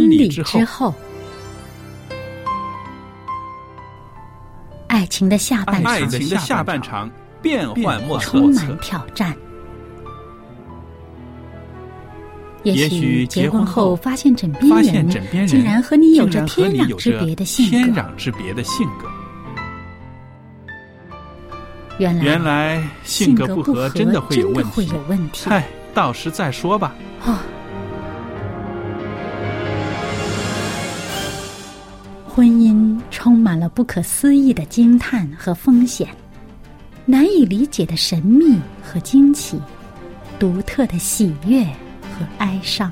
婚礼之后，爱情的下半场变幻莫测， 充满挑战。也许结婚后发现枕边人竟然和你有着天壤之别的性格。 原来性格不合真的会有问题。嗨，到时再说吧。 婚姻充满了不可思议的惊叹和风险，难以理解的神秘和惊奇，独特的喜悦和哀伤。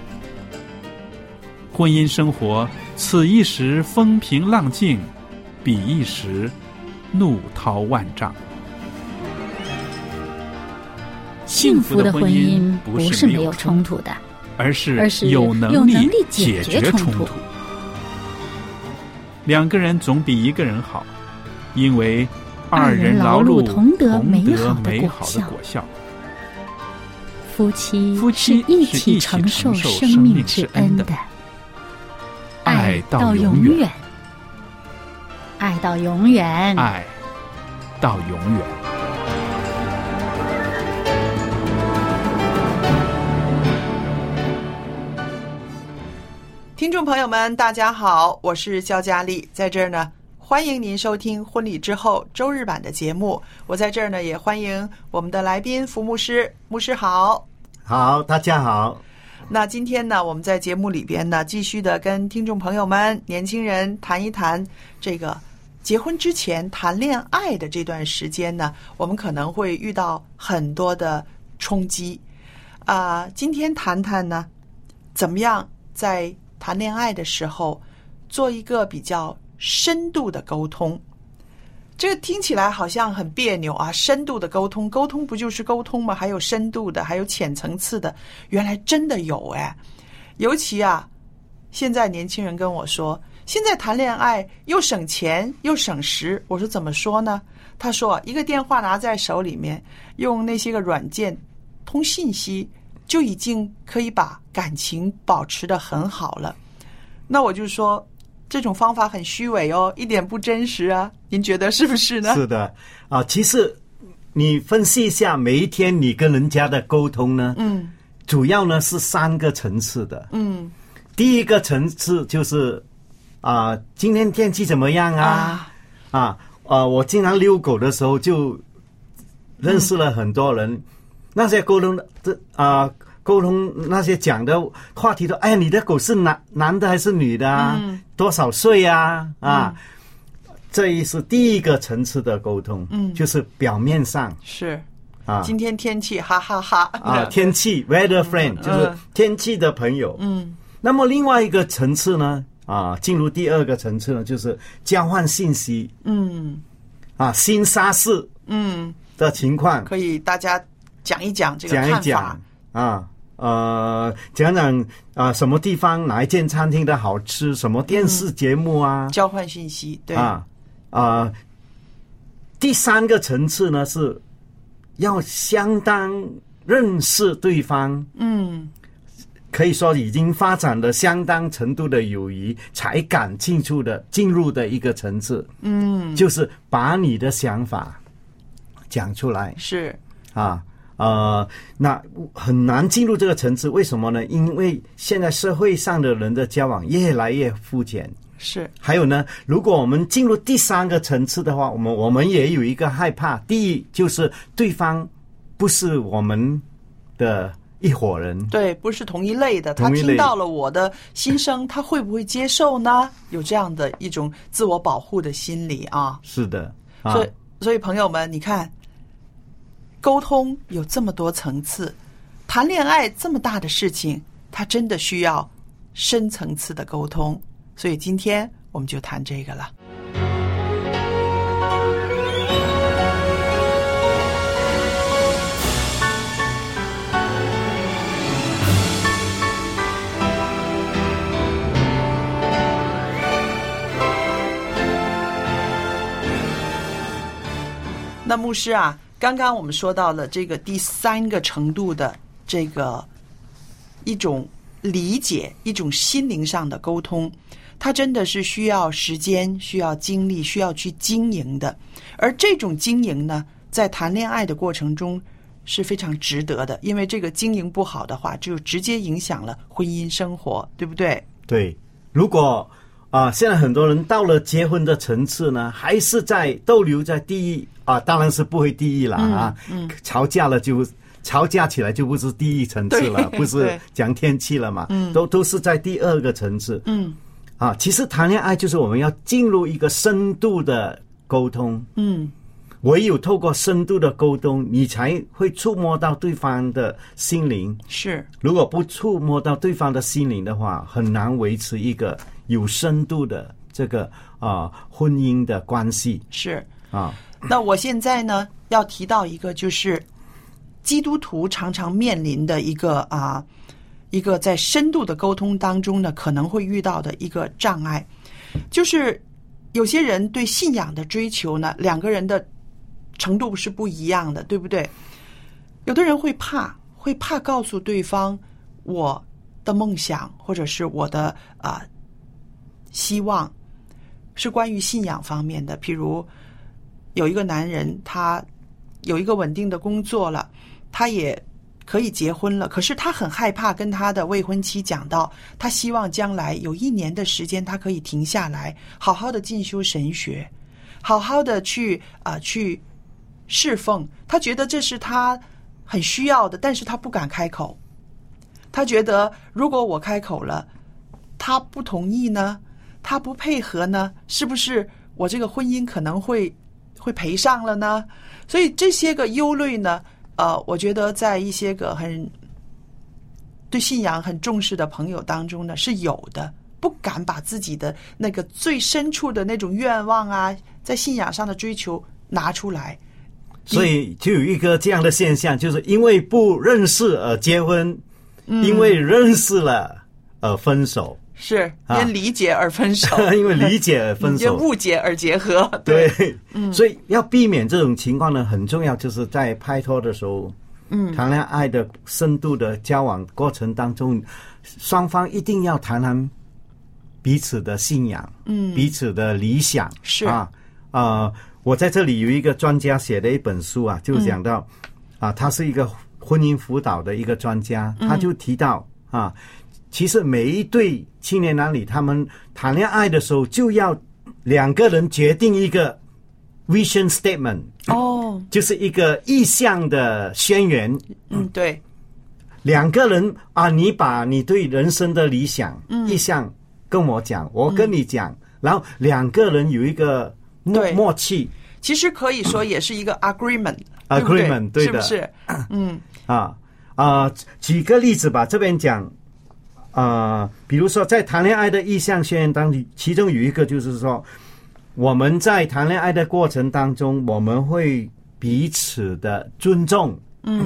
婚姻生活，此一时风平浪静，彼一时怒涛万丈。 幸福的婚姻不是没有冲突的， 而是有能力解决冲突。两个人总比一个人好，因为二人劳碌同得美好的果效。 夫妻是一起承受生命之恩的，爱到永远，爱到永远， 爱到永远。 听众朋友们大家好，我是焦佳丽，在这儿呢欢迎您收听婚礼之后周日版的节目。我在这儿呢也欢迎我们的来宾福牧师。牧师好。 好，大家好。 那今天呢我们在节目里边呢继续的跟听众朋友们年轻人谈一谈这个结婚之前谈恋爱的这段时间呢，我们可能会遇到很多的冲击今天谈谈呢怎么样在谈恋爱的时候做一个比较深度的沟通。这个听起来好像很别扭啊，深度的沟通，沟通不就是沟通吗？还有深度的，还有浅层次的，原来真的有尤其现在年轻人跟我说，现在谈恋爱又省钱又省时。我说怎么说呢？他说一个电话拿在手里面，用那些个软件通信息就已经可以把感情保持得很好了。那我就说这种方法很虚伪哦，一点不真实啊，您觉得是不是呢？ 是的其实你分析一下每一天你跟人家的沟通呢，主要呢是3个层次的。第一个层次就是今天天气怎么样我经常遛狗的时候就认识了很多人，那些沟通那些讲的话题都你的狗是男的还是女的多少岁这是第一个层次的沟通，就是表面上是今天天气哈哈哈天气 weather friend 就是天气的朋友。那么另外一个层次呢进入第2个层次呢，就是交换信息，新沙士的情况， 可以大家讲一讲这个看法， 讲讲什么地方哪一间餐厅的好吃，什么电视节目交换信息。对第3个层次呢是要相当认识对方，可以说已经发展了相当程度的友谊才敢进入的一个层次，就是把你的想法讲出来。 是那很难进入这个层次，为什么呢？因为现在社会上的人的交往越来越肤浅。 是。 还有呢，如果我们进入第3个层次的话，我们也有一个害怕。第一就是对方不是我们的一伙人， 对，不是同一类的，他听到了我的心声，他会不会接受呢？有这样的一种自我保护的心理是的所以朋友们，你看沟通有这么多层次，谈恋爱这么大的事情，它真的需要深层次的沟通。所以今天我们就谈这个了。那牧师刚刚我们说到了这个第3个程度的这个一种理解，一种心灵上的沟通，它真的是需要时间、需要精力、需要去经营的。而这种经营呢，在谈恋爱的过程中是非常值得的，因为这个经营不好的话，就直接影响了婚姻生活，对不对？ 对，如果现在很多人到了结婚的层次呢，还是在逗留在第一当然是不会第一了吵架起来就不是第一层次了，不是讲天气了嘛，都是在第二个层次。其实谈恋爱就是我们要进入一个深度的沟通。唯有透过深度的沟通，你才会触摸到对方的心灵。 是，如果不触摸到对方的心灵的话，很难维持一个有深度的这个婚姻的关系。 是那我现在呢要提到一个，就是基督徒常常面临的一个在深度的沟通当中呢，可能会遇到的一个障碍，就是有些人对信仰的追求呢，两个人的程度是不一样的，对不对？有的人会怕告诉对方我的梦想或者是我的希望是关于信仰方面的。譬如有一个男人，他有一个稳定的工作了，他也可以结婚了，可是他很害怕跟他的未婚妻讲到，他希望将来有1年的时间他可以停下来，好好的进修神学，好好的去侍奉。他觉得这是他很需要的，但是他不敢开口。他觉得如果我开口了，他不同意呢，他不配合呢，是不是我这个婚姻可能会赔上了呢？所以这些个忧虑呢，我觉得在一些个很对信仰很重视的朋友当中呢是有的，不敢把自己的那个最深处的那种愿望在信仰上的追求拿出来。 所以就有一个这样的现象，就是因为不认识而结婚，因为认识了而分手。 是因理解而分手因为理解而分手， 因误解而结合。 对，所以要避免这种情况呢，很重要，就是在拍拖的时候，谈恋爱的深度的交往过程当中，双方一定要谈彼此的信仰，彼此的理想。 是我在这里有一个专家写的一本书就讲到他是一个婚姻辅导的一个专家，他就提到其实每一对青年男女他们谈恋爱的时候，就要2个人决定一个 vision statement， 就是一个意向的宣言。 对 ，2个人你把你对人生的理想意向跟我讲，我跟你讲，然后2个人有一个默契， 其实可以说也是一个 agreement， 对的， 是不是？ 举个例子吧，这边讲比如说在谈恋爱的意向宣言当中，其中有一个就是说，我们在谈恋爱的过程当中，我们会彼此的尊重，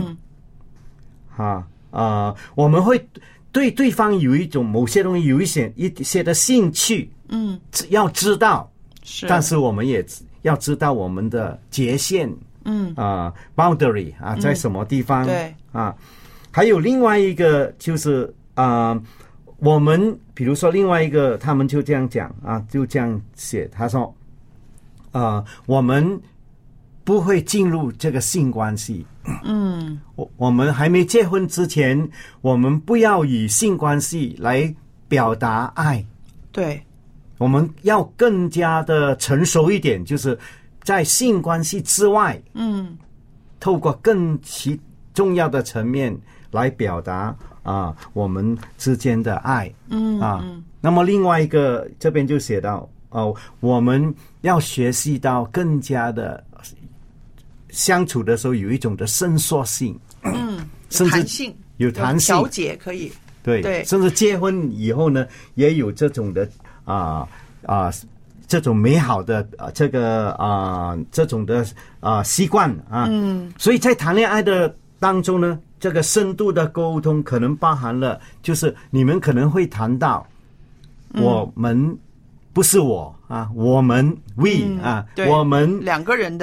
我们会对对方有一种某些东西有一些的兴趣，要知道，但是我们也要知道我们的界限，boundary 在什么地方， 对还有另外一个就是我们比如说另外一个，他们就这样讲就这样写，他说我们不会进入这个性关系，我们还没结婚之前，我们不要以性关系来表达爱， 对， 我们要更加的成熟一点，就是在性关系之外，透过更重要的层面来表达我们之间的爱，那么另外一个这边就写到我们要学习到更加的相处的时候有一种的伸缩性，甚至有弹性， 调节可以， 对，甚至结婚以后呢，也有这种的这种美好的这种的习惯所以在谈恋爱的当中呢，这个深度的沟通可能包含了，就是你们可能会谈到我们不是我我们 we 我们 2个人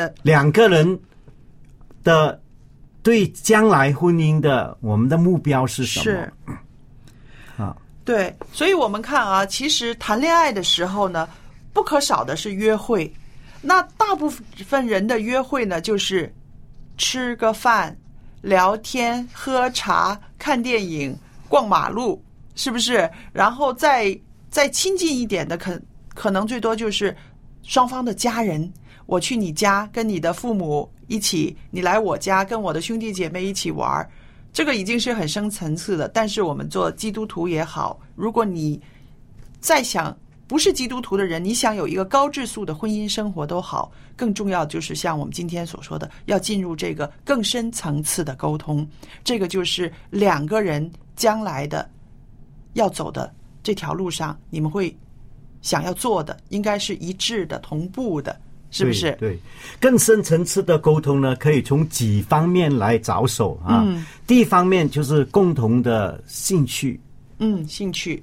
的对将来婚姻的我们的目标是什么？ 对，所以我们看啊，其实谈恋爱的时候呢，不可少的是约会。那大部分人的约会呢，就是吃个饭、聊天、喝茶、看电影、逛马路，是不是？然后再亲近一点的，可能最多就是双方的家人，我去你家跟你的父母一起，你来我家跟我的兄弟姐妹一起玩，这个已经是很深层次的。但是我们做基督徒也好，如果你再想不是基督徒的人，你想有一个高质素的婚姻生活都好，更重要就是像我们今天所说的，要进入这个更深层次的沟通。这个就是两个人将来的要走的这条路上，你们会想要做的应该是一致的、同步的，是不是？ 对，更深层次的沟通呢，可以从几方面来着手啊。第一方面就是共同的兴趣， 兴趣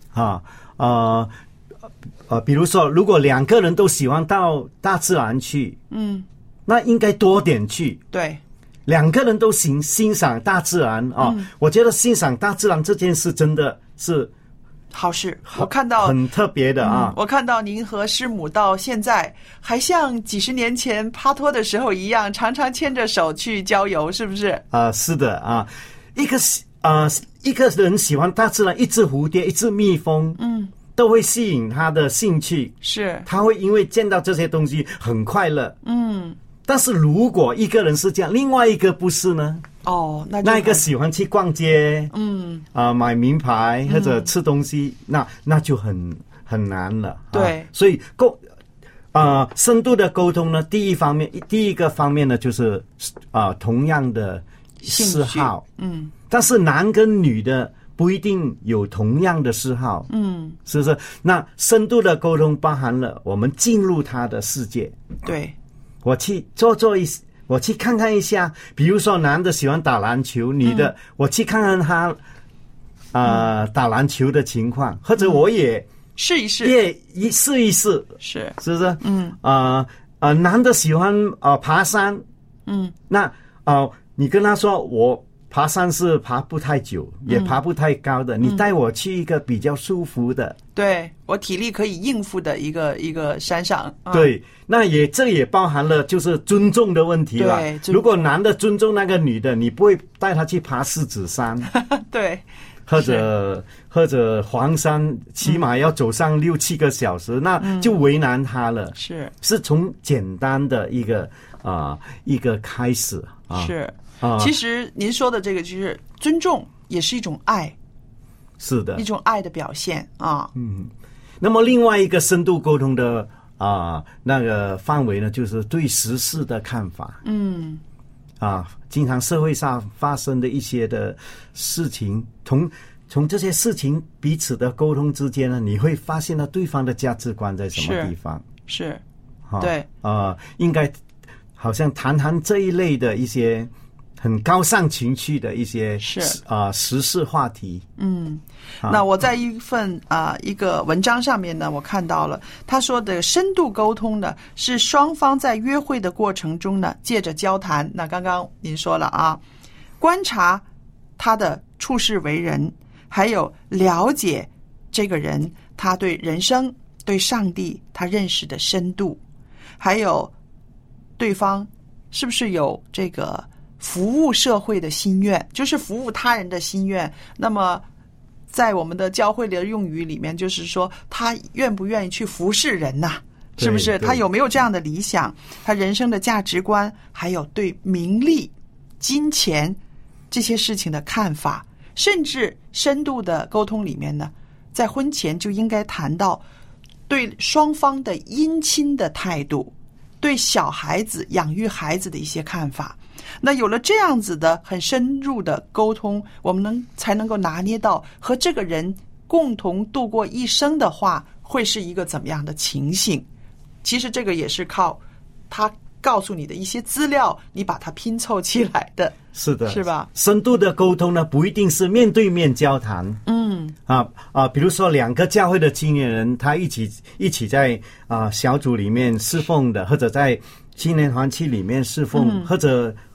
比如说，如果两个人都喜欢到大自然去，那应该多点去。 对， 两个人都欣赏大自然啊，我觉得欣赏大自然这件事真的是好事。我看到很特别的啊， 我看到您和师母到现在还像几十年前帕托的时候一样，常常牵着手去郊游，是不是？ 是的啊，一个人喜欢大自然，一只蝴蝶，一只蜜蜂，都会吸引他的兴趣， 是他会因为见到这些东西很快乐。但是如果一个人是这样，另外一个不是呢？那一个喜欢去逛街，买名牌或者吃东西，那就很难了。 对， 所以深度的沟通呢，第一个方面呢，就是同样的嗜好，但是男跟女的不一定有同样的嗜好，是不是？那深度的沟通包含了我们进入他的世界， 对， 我去我去看看一下，比如说男的喜欢打篮球，女的我去看看他打篮球的情况，或者我也试一试， 试一试， 是不是？男的喜欢爬山，那你跟他说我爬山是爬不太久，也爬不太高的，你带我去一个比较舒服的， 对，我体力可以应付的一个山上。 对，那这也包含了就是尊重的问题了。如果男的尊重那个女的，你不会带她去爬狮子山，对，或者黄山，起码要走上6-7个小时，那就为难她了。是从简单的一个开始啊。是。 其实您说的这个就是尊重，也是一种爱， 是的， 一种爱的表现啊。 那么另外一个深度沟通的那个范围呢，就是对时事的看法。经常社会上发生的一些的事情，从这些事情彼此的沟通之间呢，你会发现到对方的价值观在什么地方。是对应该好像谈这一类的一些很高尚情趣的一些时事话题。那我在一个文章上面呢，我看到了他说的深度沟通呢，是双方在约会的过程中呢，借着交谈，那刚刚您说了观察他的处事为人，还有了解这个人他对人生、对上帝他认识的深度，还有对方是不是有这个服务社会的心愿，就是服务他人的心愿。那么在我们的教会里的用语里面，就是说他愿不愿意去服侍人呐，是不是？他有没有这样的理想，他人生的价值观，还有对名利、金钱这些事情的看法。甚至深度的沟通里面呢，在婚前就应该谈到对双方的姻亲的态度，对小孩子养育孩子的一些看法。那有了这样子的很深入的沟通，我们才能够拿捏到和这个人共同度过一生的话，会是一个怎么样的情形。其实这个也是靠他告诉你的一些资料，你把它拼凑起来的。是的，是吧？深度的沟通呢，不一定是面对面交谈。比如说两个教会的青年人，他一起在小组里面侍奉的，或者在青年团契里面侍奉，或者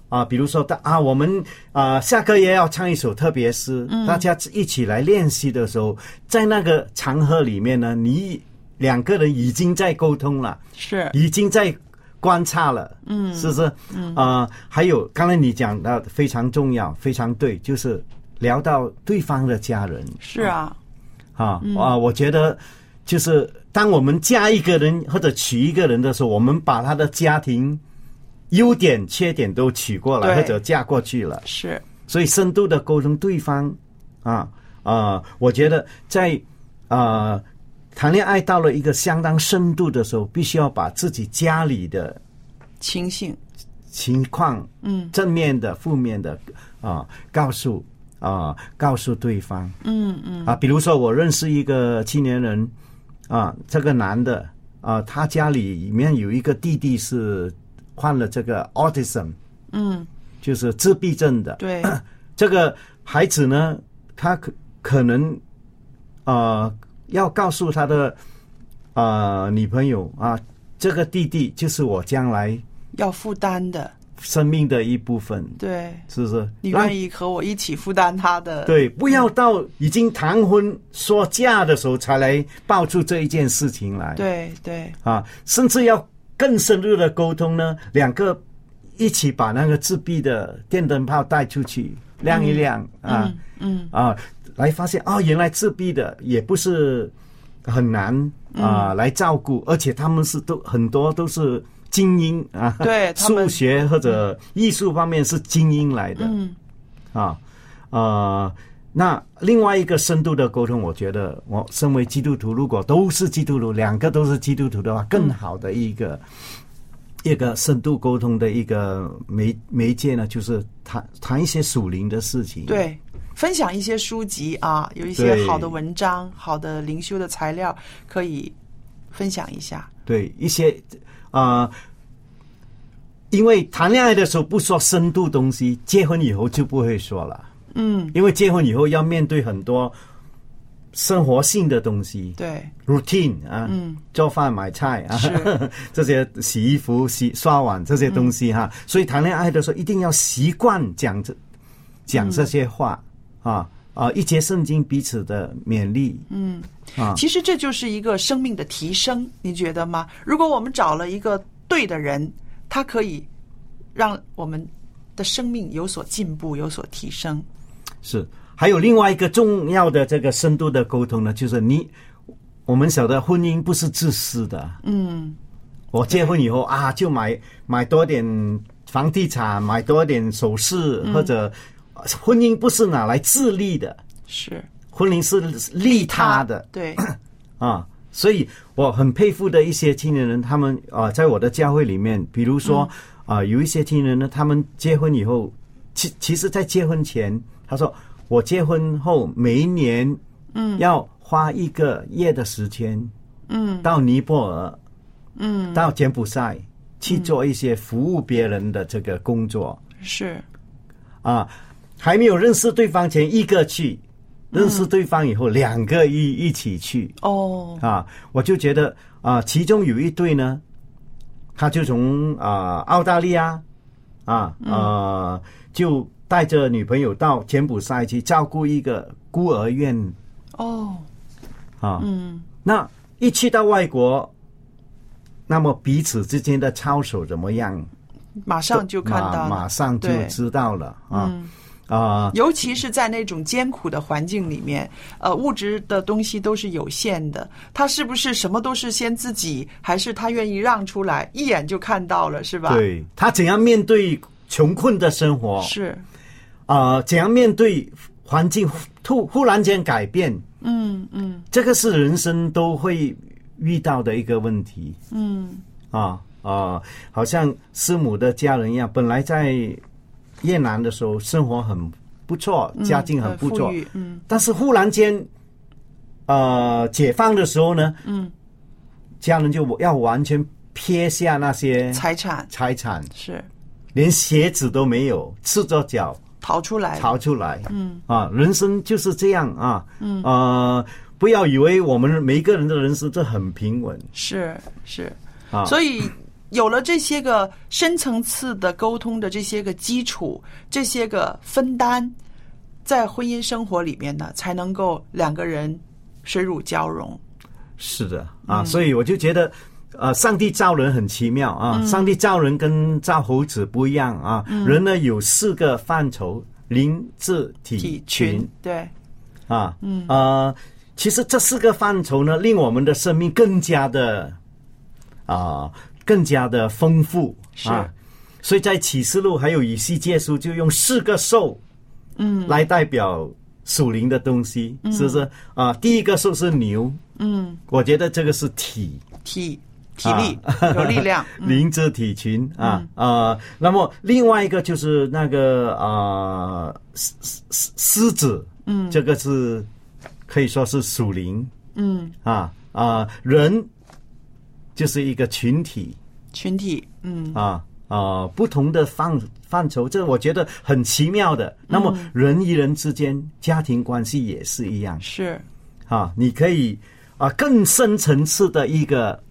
比如说我们下个月要唱一首特别诗，大家一起来练习的时候，在那个场合里面呢，你两个人已经在沟通了， 是已经在观察了，是不是？还有刚才你讲到非常重要，非常对，就是聊到对方的家人。 是啊， 我觉得就是当我们嫁一个人或者娶一个人的时候，我们把他的家庭优点缺点都娶过来或者嫁过去了， 是， 所以深度的沟通对方我觉得在谈恋爱到了一个相当深度的时候，必须要把自己家里的情况正面的负面的告诉对方。比如说我认识一个青年人这个男的他家里面有一个弟弟是患了这个 autism， 就是自闭症的。 对， 这个孩子呢，他可能要告诉他的女朋友这个弟弟就是我将来要负担的生命的一部分。 对， 是不是？ 你愿意和我一起负担他的？ 对，不要到已经谈婚说嫁的时候才来爆出这一件事情来。 对对甚至要更深入的沟通呢，两个一起把那个自闭的电灯泡带出去亮一亮来发现原来自闭的也不是很难来照顾，而且他们很多都是精英对， 数学或者艺术方面是精英来的。那另外一个深度的沟通，我觉得我身为基督徒，如果都是基督徒，两个都是基督徒的话，更好的一个深度沟通的一个媒介呢，就是谈一些属灵的事情。 对，分享一些书籍有一些好的文章、好的灵修的材料可以分享一下。 对，一些因为谈恋爱的时候不说深度东西，结婚以后就不会说了。因为结婚以后要面对很多生活性的东西， 对 routine 做饭买菜这些洗衣服刷碗这些东西所以谈恋爱的时候一定要习惯讲这些话一节圣经彼此的勉励。 其实这就是一个生命的提升，你觉得吗？如果我们找了一个对的人，他可以让我们的生命有所进步，有所提升。 是，还有另外一个重要的这个深度的沟通呢，就是我们晓得婚姻不是自私的。我结婚以后就买多点房地产，买多点首饰，或者婚姻不是拿来自利的，是婚姻是利他的。对所以我很佩服的一些青年人，他们在我的教会里面，比如说有一些青年人呢，他们结婚以后，其实在结婚前，他说我结婚后每一年要花1个月的时间到尼泊尔到柬埔寨去做一些服务别人的这个工作。 是还没有认识对方前1个去，认识对方以后2个一起去。我就觉得其中有一对呢，他就从澳大利亚就带着女朋友到柬埔寨去照顾一个孤儿院。那一去到外国，那么彼此之间的操守怎么样， 马上就看到了， 马上就知道了尤其是在那种艰苦的环境里面，物质的东西都是有限的，他是不是什么都是先自己，还是他愿意让出来，一眼就看到了，是吧？ 对，他怎样面对穷困的生活， 是怎样面对环境忽然间改变，这个是人生都会遇到的一个问题。好像师母的家人一样，本来在越南的时候生活很不错，家境很不错，但是忽然间解放的时候呢，家人就要完全撇下那些财产， 是连鞋子都没有，赤着脚逃出来。人生就是这样不要以为我们每一个人的人生都很平稳。 是所以有了这些个深层次的沟通的这些个基础，这些个分担，在婚姻生活里面呢，才能够两个人水乳交融。 是的啊，所以我就觉得上帝造人很奇妙啊，上帝造人跟造猴子不一样啊，人呢有4个范畴，灵智体群， 对啊，其实这4个范畴呢，令我们的生命更加的丰富啊。所以在启示录还有以西结书就用4个兽来代表属灵的东西，是不是啊？第一个兽是牛，我觉得这个是体力有力量， 灵智体群啊那么另外一个就是那个狮子，这个是可以说是属灵，人就是一个群体，不同的范畴，这我觉得很奇妙的。那么人与人之间家庭关系也是一样， 是你可以更深层次的一个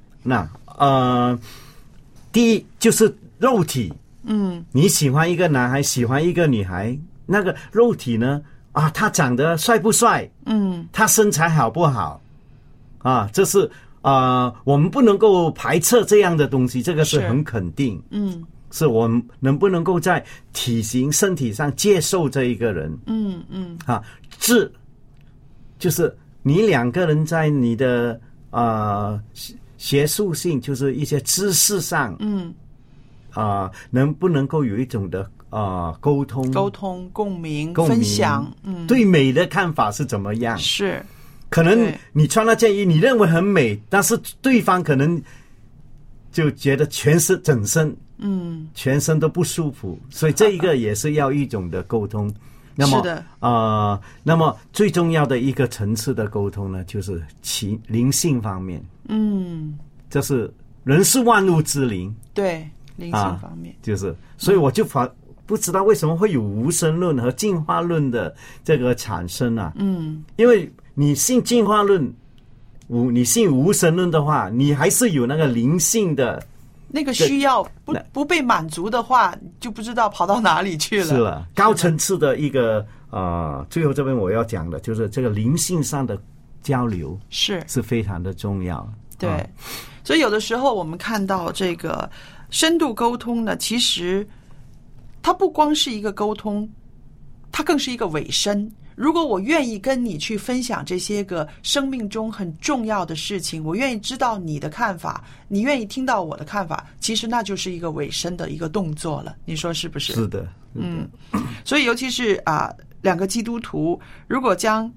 第一就是肉体，你喜欢一个男孩，喜欢一个女孩，那个肉体呢他长得帅不帅，他身材好不好这是我们不能够排斥这样的东西，这个是很肯定，是我们能不能够在体型身体上接受这一个人，智就是你两个人在你的学术性，就是一些知识上，能不能够有一种的沟通、共鸣、 分享， 对美的看法是怎么样？ 是， 可能你穿了件衣，你认为很美，但是对方可能就觉得整身，全身都不舒服，所以这一个也是要一种的沟通。那么， 是的， 那么最重要的一个层次的沟通呢，就是灵性方面。这是人是万物之灵， 对，灵性方面， 所以我就不知道为什么会有无神论和进化论的这个产生啊。因为你信进化论，你信无神论的话，你还是有那个灵性的。 那个需要不被满足的话，就不知道跑到哪里去了。 是了，高层次的一个最后这边我要讲的就是这个灵性上的交流是非常的重要。 对，所以有的时候我们看到这个深度沟通呢，其实它不光是一个沟通，它更是一个尾声。如果我愿意跟你去分享这些个生命中很重要的事情，我愿意知道你的看法，你愿意听到我的看法，其实那就是一个尾声的一个动作了，你说是不是？ 是的， 所以尤其是两个基督徒如果将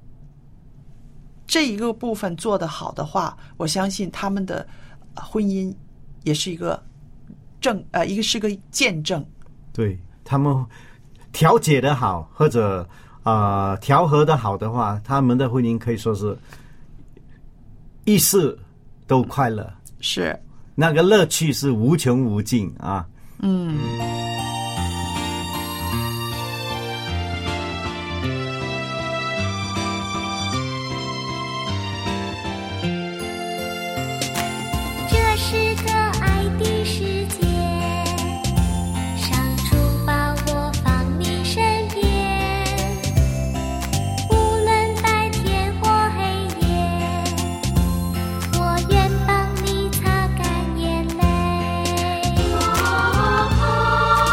这一个部分做得好的话，我相信他们的婚姻也是一个是个见证。 对，他们调解的好，或者调和的好的话，他们的婚姻可以说是一世都快乐， 是那个乐趣是无穷无尽啊。 这是个爱的世界，上主把我放你身边，无论白天或黑夜，我愿帮你擦干眼泪。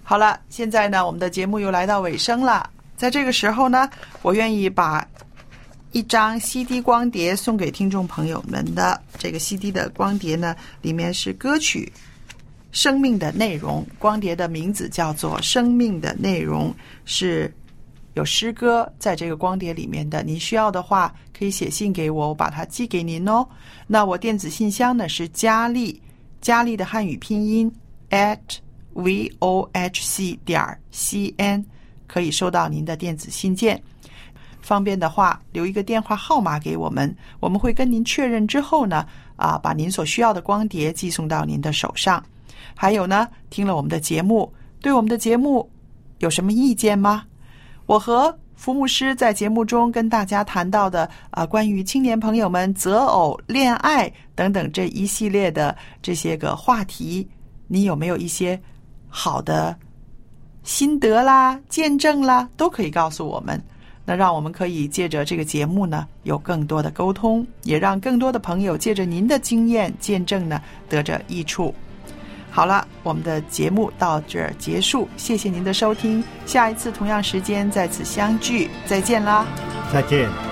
好了，现在呢，我们的节目又来到尾声了。在这个时候呢，我愿意把一张 CD 光碟送给听众朋友们的。这个 CD 的光碟呢，里面是歌曲生命的内容，光碟的名字叫做生命的内容，是有诗歌在这个光碟里面的。您需要的话可以写信给我，我把它寄给您哦。那我电子信箱呢是佳丽的汉语拼音 @vohc.cn， 可以收到您的电子信件。方便的话留一个电话号码给我们，我们会跟您确认之后呢把您所需要的光碟寄送到您的手上。还有呢，听了我们的节目，对我们的节目有什么意见吗？我和福牧师在节目中跟大家谈到的关于青年朋友们择偶、恋爱等等这一系列的这些个话题，你有没有一些好的心得啦、见证啦，都可以告诉我们。那让我们可以借着这个节目呢，有更多的沟通，也让更多的朋友借着您的经验见证呢，得着益处。好了，我们的节目到这儿结束，谢谢您的收听，下一次同样时间再次相聚，再见啦！ 再见。